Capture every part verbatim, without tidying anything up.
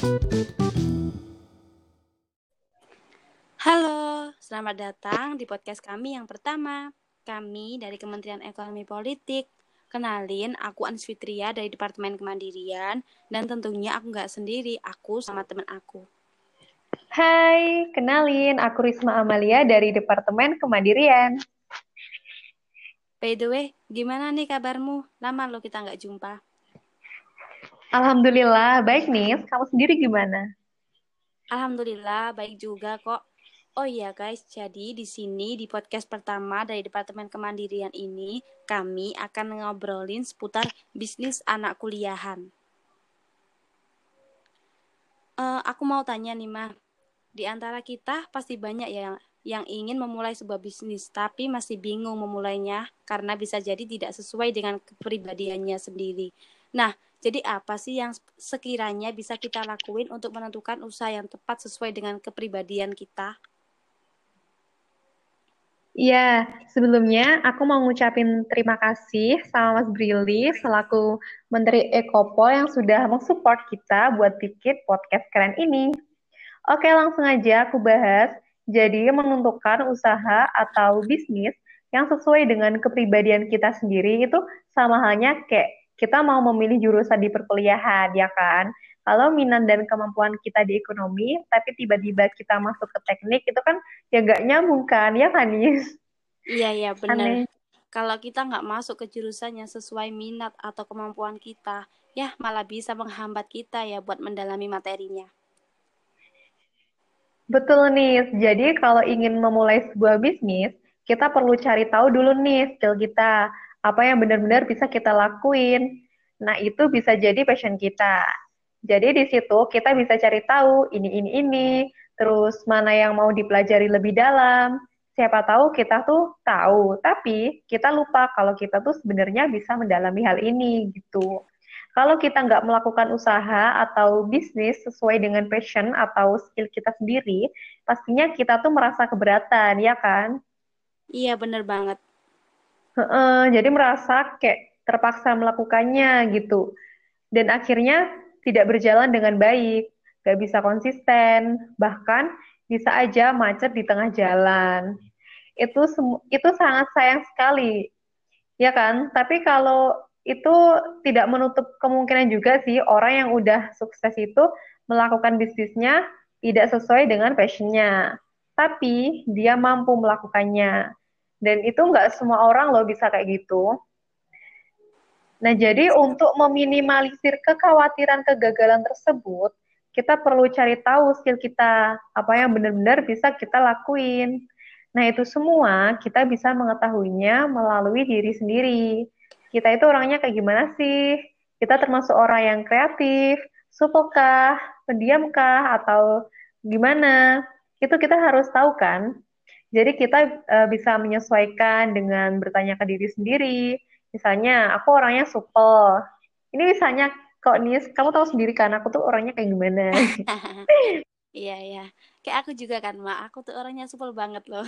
Halo, selamat datang di podcast kami yang pertama. Kami dari Kementerian Ekonomi Politik. Kenalin, aku Ans Fitria dari Departemen Kemandirian. Dan tentunya aku nggak sendiri, aku sama teman aku. Hai, kenalin, aku Risma Amalia dari Departemen Kemandirian. By the way, gimana nih kabarmu? Lama lo kita nggak jumpa. Alhamdulillah, baik nih. Kamu sendiri gimana? Alhamdulillah, baik juga kok. Oh iya guys, jadi di sini di podcast pertama dari Departemen Kemandirian ini, kami akan ngobrolin seputar bisnis anak kuliahan. Uh, aku mau tanya nih, Mah. Di antara kita pasti banyak ya yang ingin memulai sebuah bisnis, tapi masih bingung memulainya karena bisa jadi tidak sesuai dengan kepribadiannya sendiri. Nah, jadi apa sih yang sekiranya bisa kita lakuin untuk menentukan usaha yang tepat sesuai dengan kepribadian kita? Iya, sebelumnya aku mau ngucapin terima kasih sama Mas Brili selaku Menteri Ekopol yang sudah mensupport kita buat bikin podcast keren ini. Oke, langsung aja aku bahas. Jadi, menentukan usaha atau bisnis yang sesuai dengan kepribadian kita sendiri itu sama halnya kayak kita mau memilih jurusan di perkuliahan, ya kan? Kalau minat dan kemampuan kita di ekonomi, tapi tiba-tiba kita masuk ke teknik, itu kan ya nggak nyambung kan, ya kan, Nis? Iya, iya, benar. Aneh. Kalau kita nggak masuk ke jurusan yang sesuai minat atau kemampuan kita, ya malah bisa menghambat kita ya buat mendalami materinya. Betul nih, jadi kalau ingin memulai sebuah bisnis, kita perlu cari tahu dulu nih skill kita, apa yang benar-benar bisa kita lakuin. Nah, itu bisa jadi passion kita. Jadi di situ kita bisa cari tahu ini, ini, ini, terus mana yang mau dipelajari lebih dalam. Siapa tahu kita tuh tahu, tapi kita lupa kalau kita tuh sebenarnya bisa mendalami hal ini gitu. Kalau kita nggak melakukan usaha atau bisnis sesuai dengan passion atau skill kita sendiri, pastinya kita tuh merasa keberatan, ya kan? Iya, benar banget. Heeh, jadi merasa kayak terpaksa melakukannya gitu. Dan akhirnya tidak berjalan dengan baik, nggak bisa konsisten, bahkan bisa aja macet di tengah jalan. Itu semu- itu sangat sayang sekali, ya kan? Tapi kalau itu tidak menutup kemungkinan juga sih orang yang udah sukses itu melakukan bisnisnya tidak sesuai dengan passionnya. Tapi dia mampu melakukannya. Dan itu nggak semua orang loh bisa kayak gitu. Nah, jadi untuk meminimalisir kekhawatiran kegagalan tersebut, kita perlu cari tahu skill kita, apa yang benar-benar bisa kita lakuin. Nah, itu semua kita bisa mengetahuinya melalui diri sendiri. Kita itu orangnya kayak gimana sih? Kita termasuk orang yang kreatif, supel kah, pendiam kah, atau gimana? Itu kita harus tahu kan? Jadi kita uh, bisa menyesuaikan dengan bertanya ke diri sendiri. Misalnya, aku orangnya supel. Ini misalnya, kok Nis, kamu tahu sendiri kan, aku tuh orangnya kayak gimana. Iya, iya. Kayak aku juga kan, Mak. Aku tuh orangnya supel banget loh.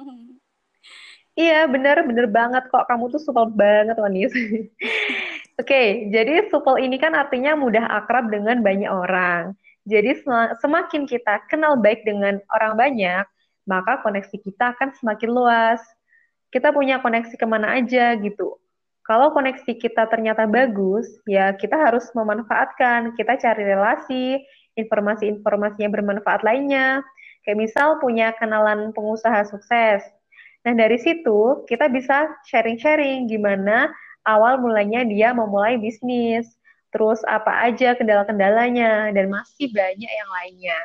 Iya, bener-bener banget kok, kamu tuh supel banget, loh, Nis. Oke, jadi supel ini kan artinya mudah akrab dengan banyak orang. Jadi semakin kita kenal baik dengan orang banyak, maka koneksi kita akan semakin luas. Kita punya koneksi kemana aja gitu. Kalau koneksi kita ternyata bagus, ya kita harus memanfaatkan. Kita cari relasi, informasi-informasi yang bermanfaat lainnya. Kayak misal punya kenalan pengusaha sukses. Nah, dari situ kita bisa sharing-sharing gimana awal mulanya dia memulai bisnis. Terus apa aja kendala-kendalanya, dan masih banyak yang lainnya.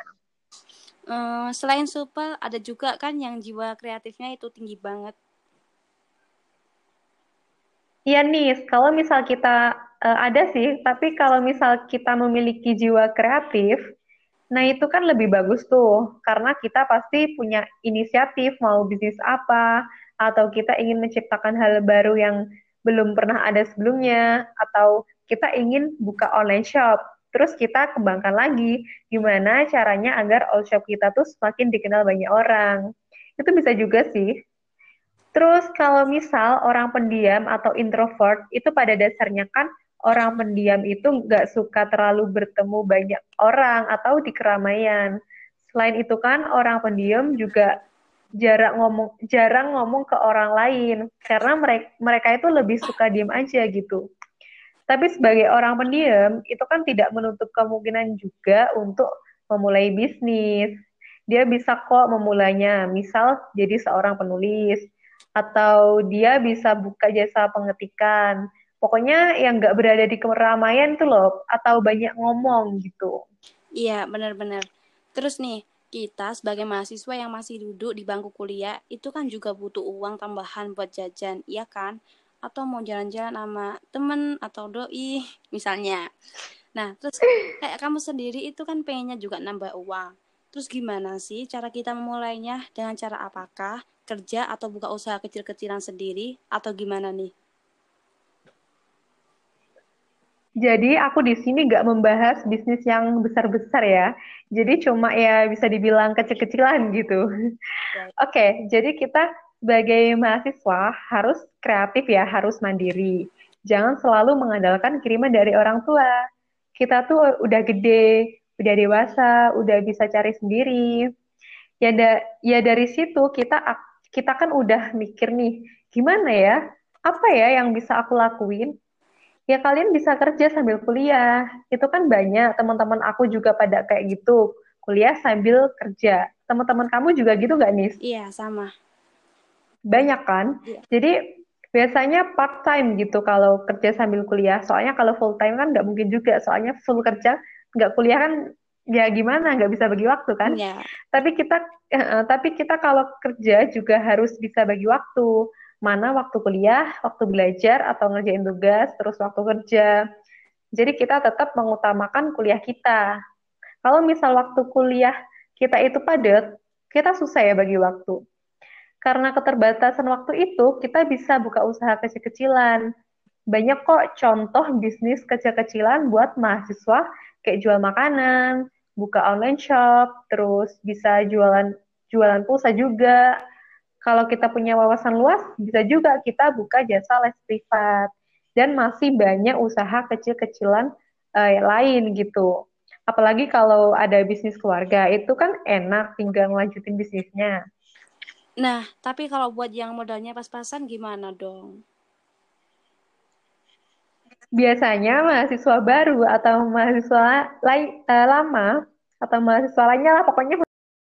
Uh, selain supel, ada juga kan yang jiwa kreatifnya itu tinggi banget. Iya nih, kalau misal kita eh, ada sih, tapi kalau misal kita memiliki jiwa kreatif, nah itu kan lebih bagus tuh, karena kita pasti punya inisiatif mau bisnis apa, atau kita ingin menciptakan hal baru yang belum pernah ada sebelumnya, atau kita ingin buka online shop, terus kita kembangkan lagi gimana caranya agar all shop kita tuh semakin dikenal banyak orang. Itu bisa juga sih. Terus kalau misal orang pendiam atau introvert itu pada dasarnya kan orang pendiam itu nggak suka terlalu bertemu banyak orang atau di keramaian. Selain itu kan orang pendiam juga jarang ngomong jarang ngomong ke orang lain karena mereka mereka itu lebih suka diem aja gitu. Tapi sebagai orang pendiam itu kan tidak menutup kemungkinan juga untuk memulai bisnis. Dia bisa kok memulainya, misal jadi seorang penulis atau dia bisa buka jasa pengetikan. Pokoknya yang nggak berada di keramaian tuh loh, atau banyak ngomong gitu. Iya, benar-benar. Terus nih, kita sebagai mahasiswa yang masih duduk di bangku kuliah, itu kan juga butuh uang tambahan buat jajan, iya kan? Atau mau jalan-jalan sama temen atau doi, misalnya. Nah, terus kayak kamu sendiri itu kan pengennya juga nambah uang. Terus gimana sih cara kita memulainya? Dengan cara apakah? Kerja atau buka usaha kecil-kecilan sendiri? Atau gimana nih? Jadi aku di sini nggak membahas bisnis yang besar-besar ya. Jadi cuma ya bisa dibilang kecil-kecilan gitu. Ya. Oke, jadi kita sebagai mahasiswa harus kreatif ya, harus mandiri. Jangan selalu mengandalkan kiriman dari orang tua. Kita tuh udah gede, udah dewasa, udah bisa cari sendiri. Ya, da- ya dari situ kita ak- kita kan udah mikir nih, gimana ya? Apa ya yang bisa aku lakuin? Ya kalian bisa kerja sambil kuliah. Itu kan banyak teman-teman aku juga pada kayak gitu. Kuliah sambil kerja. Teman-teman kamu juga gitu nggak, Nis? Iya, sama. Banyak kan? Iya. Jadi biasanya part time gitu kalau kerja sambil kuliah. Soalnya kalau full time kan nggak mungkin juga. Soalnya full kerja nggak kuliah kan ya gimana? Nggak bisa bagi waktu kan? Iya. Tapi kita eh, eh, tapi kita kalau kerja juga harus bisa bagi waktu. Mana waktu kuliah, waktu belajar atau ngerjain tugas, terus waktu kerja. Jadi kita tetap mengutamakan kuliah kita. Kalau misal waktu kuliah kita itu padat, kita susah ya bagi waktu. Karena keterbatasan waktu itu, kita bisa buka usaha kecil-kecilan. Banyak kok contoh bisnis kecil-kecilan buat mahasiswa, kayak jual makanan, buka online shop, terus bisa jualan jualan pulsa juga. Kalau kita punya wawasan luas, bisa juga kita buka jasa les privat. Dan masih banyak usaha kecil-kecilan eh, lain gitu. Apalagi kalau ada bisnis keluarga, itu kan enak tinggal ngelanjutin bisnisnya. Nah, tapi kalau buat yang modalnya pas-pasan gimana dong? Biasanya mahasiswa baru atau mahasiswa lain eh, lama atau mahasiswa lainnya lah pokoknya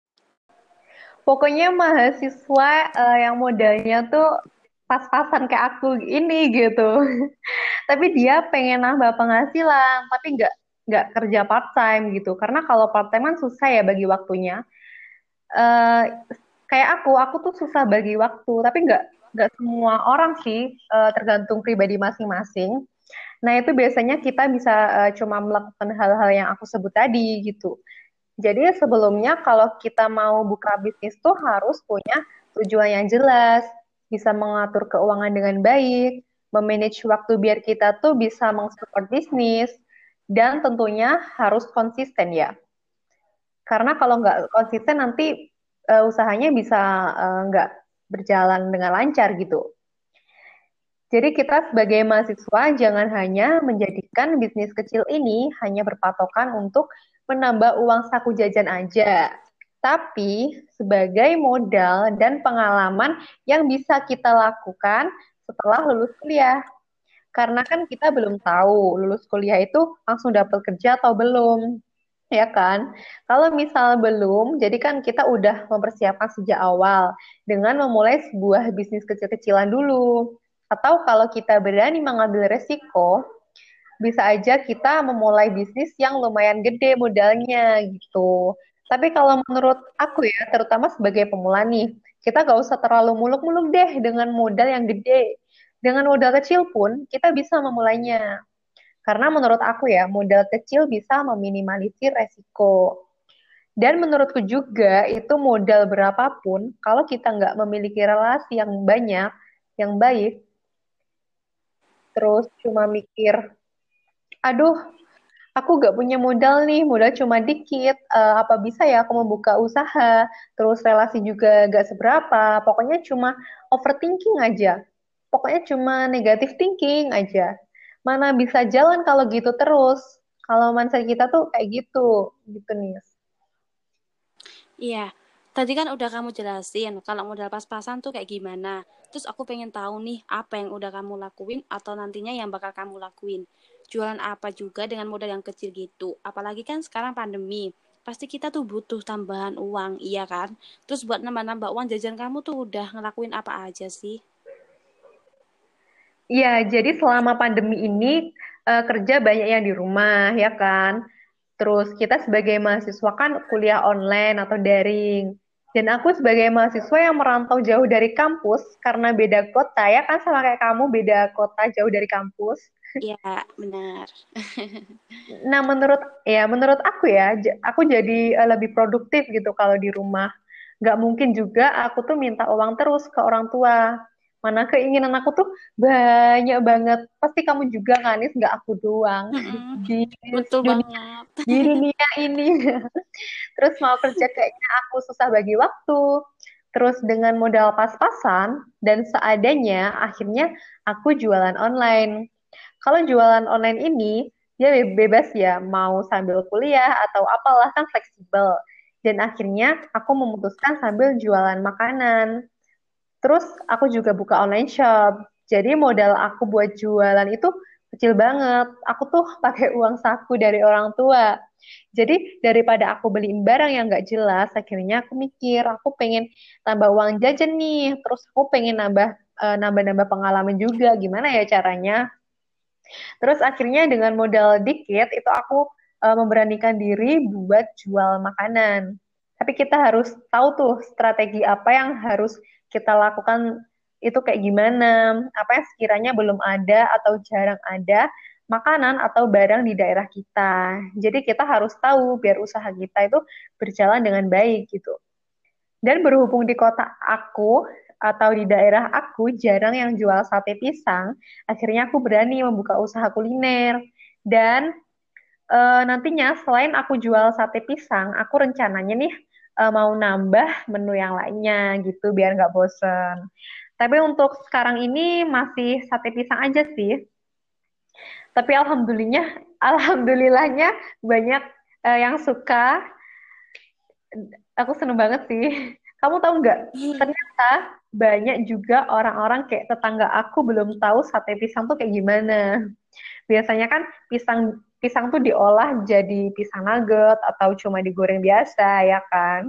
pokoknya mahasiswa eh, yang modalnya tuh pas-pasan kayak aku ini gitu. Tapi dia pengen nambah penghasilan, tapi nggak nggak kerja part time gitu. Karena kalau part time kan susah ya bagi waktunya. Eh, Kayak aku, aku tuh susah bagi waktu, tapi nggak nggak semua orang sih, eh, tergantung pribadi masing-masing. Nah, itu biasanya kita bisa eh, cuma melakukan hal-hal yang aku sebut tadi gitu. Jadi sebelumnya kalau kita mau buka bisnis tuh harus punya tujuan yang jelas, bisa mengatur keuangan dengan baik, memanage waktu biar kita tuh bisa mensupport bisnis, dan tentunya harus konsisten ya. Karena kalau nggak konsisten nanti eh, usahanya bisa eh, nggak berjalan dengan lancar gitu. Jadi kita sebagai mahasiswa jangan hanya menjadikan bisnis kecil ini hanya berpatokan untuk menambah uang saku jajan aja, tapi sebagai modal dan pengalaman yang bisa kita lakukan setelah lulus kuliah. Karena kan kita belum tahu lulus kuliah itu langsung dapat kerja atau belum, ya kan? Kalau misal belum, jadi kan kita udah mempersiapkan sejak awal dengan memulai sebuah bisnis kecil-kecilan dulu. Atau kalau kita berani mengambil resiko, bisa aja kita memulai bisnis yang lumayan gede modalnya gitu. Tapi kalau menurut aku ya, terutama sebagai pemula nih, kita gak usah terlalu muluk-muluk deh dengan modal yang gede. Dengan modal kecil pun kita bisa memulainya. Karena menurut aku ya, modal kecil bisa meminimalisir resiko. Dan menurutku juga itu modal berapapun, kalau kita nggak memiliki relasi yang banyak, yang baik, terus cuma mikir, aduh, aku nggak punya modal nih, modal cuma dikit, eh, apa bisa ya aku membuka usaha, terus relasi juga nggak seberapa, pokoknya cuma overthinking aja, pokoknya cuma negative thinking aja. mana bisa jalan kalau gitu terus. Kalau mindset kita tuh kayak gitu, gitu nih. Iya, tadi kan udah kamu jelasin kalau modal pas-pasan tuh kayak gimana. Terus aku pengen tahu nih apa yang udah kamu lakuin atau nantinya yang bakal kamu lakuin. Jualan apa juga dengan modal yang kecil gitu. Apalagi kan sekarang pandemi. Pasti kita tuh butuh tambahan uang, iya kan? Terus buat nambah-nambah uang jajan kamu tuh udah ngelakuin apa aja sih? Iya, jadi selama pandemi ini eh, kerja banyak yang di rumah, ya kan? Terus kita sebagai mahasiswa kan kuliah online atau daring. Dan aku sebagai mahasiswa yang merantau jauh dari kampus karena beda kota, ya kan sama kayak kamu beda kota jauh dari kampus. Iya, benar. Nah, menurut ya menurut aku ya, j- aku jadi eh, lebih produktif gitu kalau di rumah. Nggak mungkin juga aku tuh minta uang terus ke orang tua. Mana keinginan aku tuh banyak banget. Pasti kamu juga kan, Nis, nggak aku doang Mm-mm, di betul dunia banget. di dunia ini. Terus mau kerja kayaknya aku susah bagi waktu. Terus dengan modal pas-pasan dan seadanya, akhirnya aku jualan online. Kalau jualan online ini, dia be- bebas ya, mau sambil kuliah atau apalah kan fleksibel. Dan akhirnya aku memutuskan sambil jualan makanan. Terus aku juga buka online shop. Jadi modal aku buat jualan itu kecil banget. Aku tuh pakai uang saku dari orang tua. Jadi daripada aku beliin barang yang nggak jelas, akhirnya aku mikir, aku pengen tambah uang jajan nih. Terus aku pengen nambah eh, nambah-nambah pengalaman juga. Gimana ya caranya? Terus akhirnya dengan modal dikit itu aku eh, memberanikan diri buat jual makanan. Tapi kita harus tahu tuh strategi apa yang harus kita lakukan itu kayak gimana, apa yang sekiranya belum ada atau jarang ada makanan atau barang di daerah kita. Jadi kita harus tahu biar usaha kita itu berjalan dengan baik gitu. Dan berhubung di kota aku atau di daerah aku jarang yang jual sate pisang, akhirnya aku berani membuka usaha kuliner. Dan eh, nantinya selain aku jual sate pisang, aku rencananya nih eh, mau nambah menu yang lainnya gitu biar nggak bosen. Tapi untuk sekarang ini masih sate pisang aja sih. Tapi alhamdulillahnya, alhamdulillahnya banyak eh, yang suka. Aku seneng banget sih. Kamu tahu nggak? Ternyata banyak juga orang-orang kayak tetangga aku belum tahu sate pisang tuh kayak gimana. Biasanya kan pisang pisang tuh diolah jadi pisang nugget atau cuma digoreng biasa ya kan.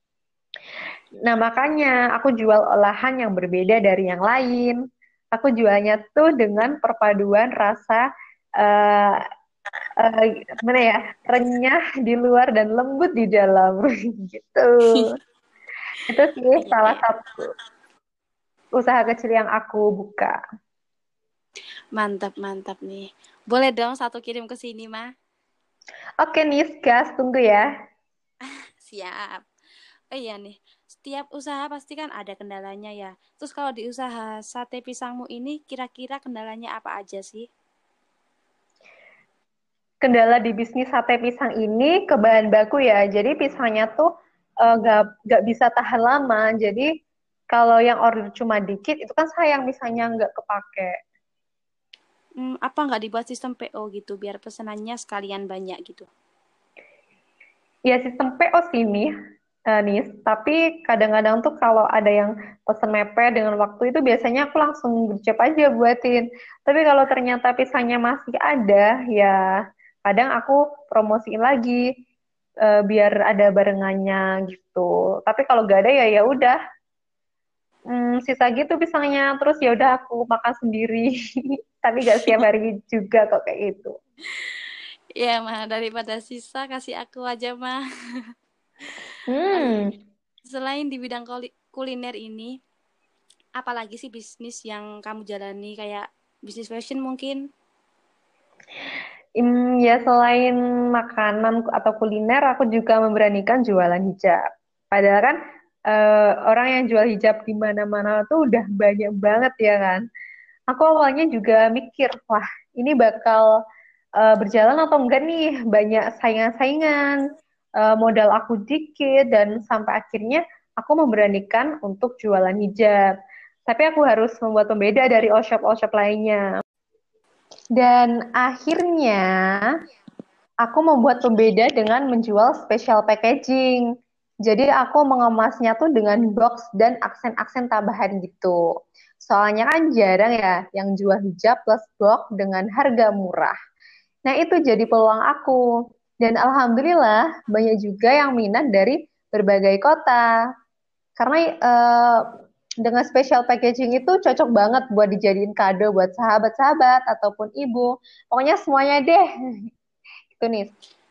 Nah makanya aku jual olahan yang berbeda dari yang lain. Aku jualnya tuh dengan perpaduan rasa eh eh, gimana ya, renyah di luar dan lembut di dalam gitu. Itu sih Iya, salah iya. satu usaha kecil yang aku buka. Mantap, mantap nih. Boleh dong satu kirim ke sini, mah. Oke nih, gas, tunggu ya. Siap. Oh iya nih, setiap usaha pasti kan ada kendalanya ya. Terus kalau di usaha sate pisangmu ini kira-kira kendalanya apa aja sih? Kendala di bisnis sate pisang ini ke bahan baku ya. Jadi pisangnya tuh eh, gak, gak bisa tahan lama. Jadi kalau yang order cuma dikit, itu kan sayang misalnya nggak kepake. Hmm, apa nggak dibuat sistem P O gitu biar pesanannya sekalian banyak gitu? Ya sistem P O sih nih, eh, Nis. Tapi kadang-kadang tuh kalau ada yang pesen mepet dengan waktu itu biasanya aku langsung gercep aja buatin. Tapi kalau ternyata pisangnya masih ada, ya kadang aku promosiin lagi eh, biar ada barengannya gitu. Tapi kalau gak ada ya ya udah, hmm, sisa gitu pisangnya. Terus ya udah aku makan sendiri. Tapi gak setiap hari juga kok kayak gitu. Ya mah daripada sisa kasih aku aja mah. Oh iya Hmm. nih. Selain di bidang kuli- kuliner ini, apalagi sih bisnis yang kamu jalani kayak bisnis fashion mungkin? Hmm, ya selain makanan atau kuliner, aku juga memberanikan jualan hijab. Padahal kan eh, orang yang jual hijab di mana-mana tuh udah banyak banget ya kan. Aku awalnya juga mikir, wah ini bakal eh, berjalan atau enggak nih? Banyak saingan-saingan, eh, modal aku dikit, dan sampai akhirnya aku memberanikan untuk jualan hijab. Tapi aku harus membuat pembeda dari all shop-all shop lainnya. Dan akhirnya aku membuat pembeda dengan menjual special packaging. Jadi aku mengemasnya tuh dengan box dan aksen-aksen tambahan gitu. Soalnya kan jarang ya yang jual hijab plus box dengan harga murah. Nah itu jadi peluang aku. Dan alhamdulillah banyak juga yang minat dari berbagai kota. Karena eh, dengan special packaging itu cocok banget buat dijadiin kado buat sahabat-sahabat ataupun ibu. Pokoknya semuanya deh. Itu nih.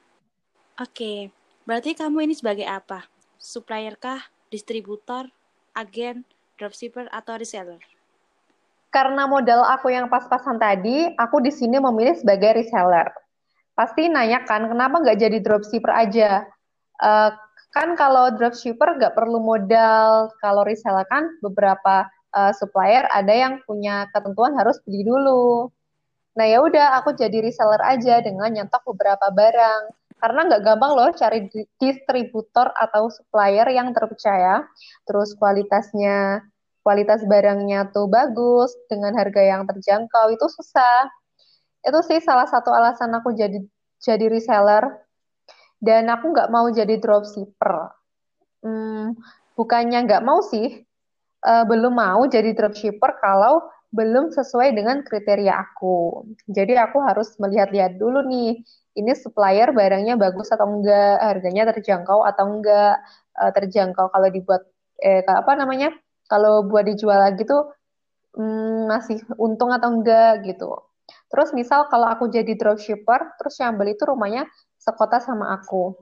Oke, berarti kamu ini sebagai apa? Supplier kah, distributor, agen, dropshipper, atau reseller? Karena modal aku yang pas-pasan tadi, aku di sini memilih sebagai reseller. Pasti nanya kan, kenapa nggak jadi dropshipper aja? Eh, kan kalau dropshipper nggak perlu modal, kalau reseller kan beberapa eh, supplier ada yang punya ketentuan harus beli dulu. Nah ya udah, aku jadi reseller aja dengan nyetok beberapa barang. Karena nggak gampang loh cari distributor atau supplier yang terpercaya, terus kualitasnya, kualitas barangnya tuh bagus dengan harga yang terjangkau itu susah. Itu sih salah satu alasan aku jadi jadi reseller dan aku nggak mau jadi dropshipper. Hmm, bukannya nggak mau sih, eh, belum mau jadi dropshipper kalau belum sesuai dengan kriteria aku. Jadi aku harus melihat-lihat dulu nih, ini supplier barangnya bagus atau enggak, harganya terjangkau atau enggak, eh, terjangkau kalau dibuat eh apa namanya? Kalau buat dijual lagi tuh hmm, masih untung atau enggak gitu. Terus misal kalau aku jadi dropshipper, terus yang beli itu rumahnya sekota sama aku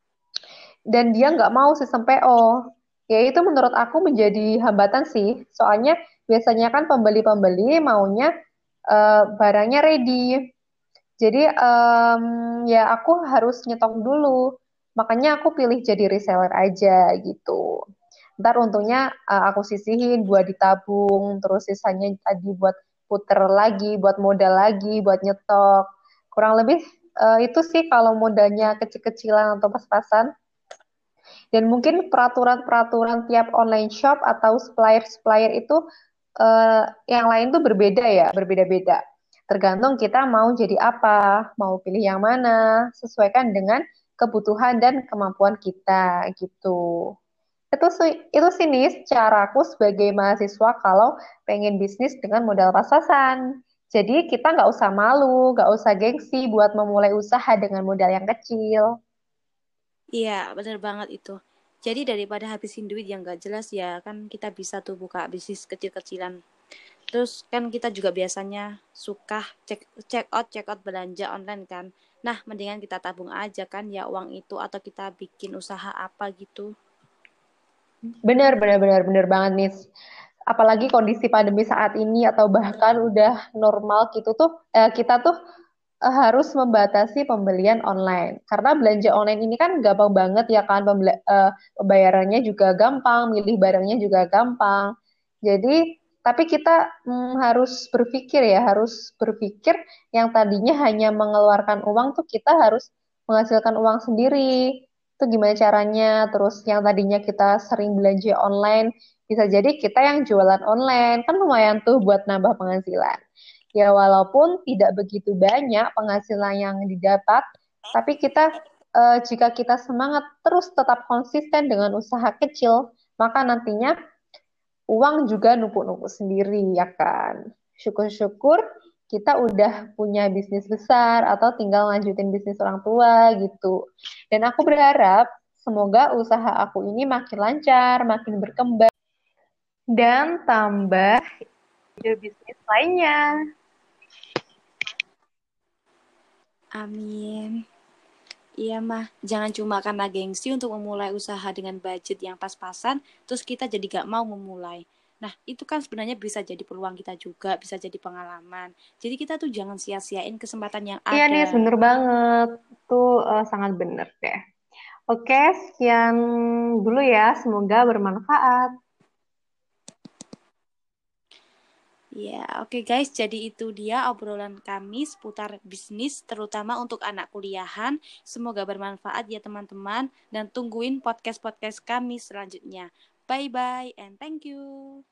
dan dia nggak mau sistem P O. Ya itu menurut aku menjadi hambatan sih. Soalnya biasanya kan pembeli-pembeli maunya eh, barangnya ready. Jadi em, ya aku harus nyetok dulu. Makanya aku pilih jadi reseller aja gitu. Ntar untungnya eh, aku sisihin buat ditabung, terus sisanya tadi buat puter lagi, buat modal lagi, buat nyetok. Kurang lebih eh, itu sih kalau modalnya kecil-kecilan atau pas-pasan. Dan mungkin peraturan-peraturan tiap online shop atau supplier-supplier itu eh, yang lain tuh berbeda ya, berbeda-beda. Tergantung kita mau jadi apa, mau pilih yang mana, sesuaikan dengan kebutuhan dan kemampuan kita gitu. Itu sih, itu sih nih caraku sebagai mahasiswa kalau pengen bisnis dengan modal pas-pasan. Jadi kita nggak usah malu, nggak usah gengsi buat memulai usaha dengan modal yang kecil. Iya, benar banget itu. Jadi daripada habisin duit yang gak jelas ya, kan kita bisa tuh buka bisnis kecil-kecilan. Terus kan kita juga biasanya suka check check out check out belanja online kan. Nah, mendingan kita tabung aja kan ya uang itu atau kita bikin usaha apa gitu. Benar, benar, benar, benar banget nih. Apalagi kondisi pandemi saat ini atau bahkan udah normal gitu tuh, eh, kita tuh eh, harus membatasi pembelian online. Karena belanja online ini kan gampang banget ya kan, pembela- eh, pembayarannya juga gampang, milih barangnya juga gampang. Jadi, tapi kita mm, harus berpikir ya, harus berpikir yang tadinya hanya mengeluarkan uang tuh kita harus menghasilkan uang sendiri. Itu gimana caranya? Terus yang tadinya kita sering belanja online, bisa jadi kita yang jualan online, kan lumayan tuh buat nambah penghasilan. Ya walaupun tidak begitu banyak penghasilan yang didapat, tapi kita eh, jika kita semangat terus tetap konsisten dengan usaha kecil, maka nantinya uang juga numpuk-numpuk sendiri ya kan. Syukur-syukur kita udah punya bisnis besar atau tinggal lanjutin bisnis orang tua gitu. Dan aku berharap semoga usaha aku ini makin lancar, makin berkembang dan tambah ide bisnis lainnya. Amin. Iya mah, jangan cuma karena gengsi untuk memulai usaha dengan budget yang pas-pasan, terus kita jadi gak mau memulai. Nah, itu kan sebenarnya bisa jadi peluang kita juga, bisa jadi pengalaman. Jadi kita tuh jangan sia-siain kesempatan yang Iya nih, ada. bener banget. Itu eh, sangat bener deh. Oke, sekian dulu ya. Semoga bermanfaat. Ya, oke guys, jadi itu dia obrolan kami seputar bisnis, terutama untuk anak kuliahan. Semoga bermanfaat ya teman-teman, dan tungguin podcast-podcast kami selanjutnya. Bye-bye and thank you.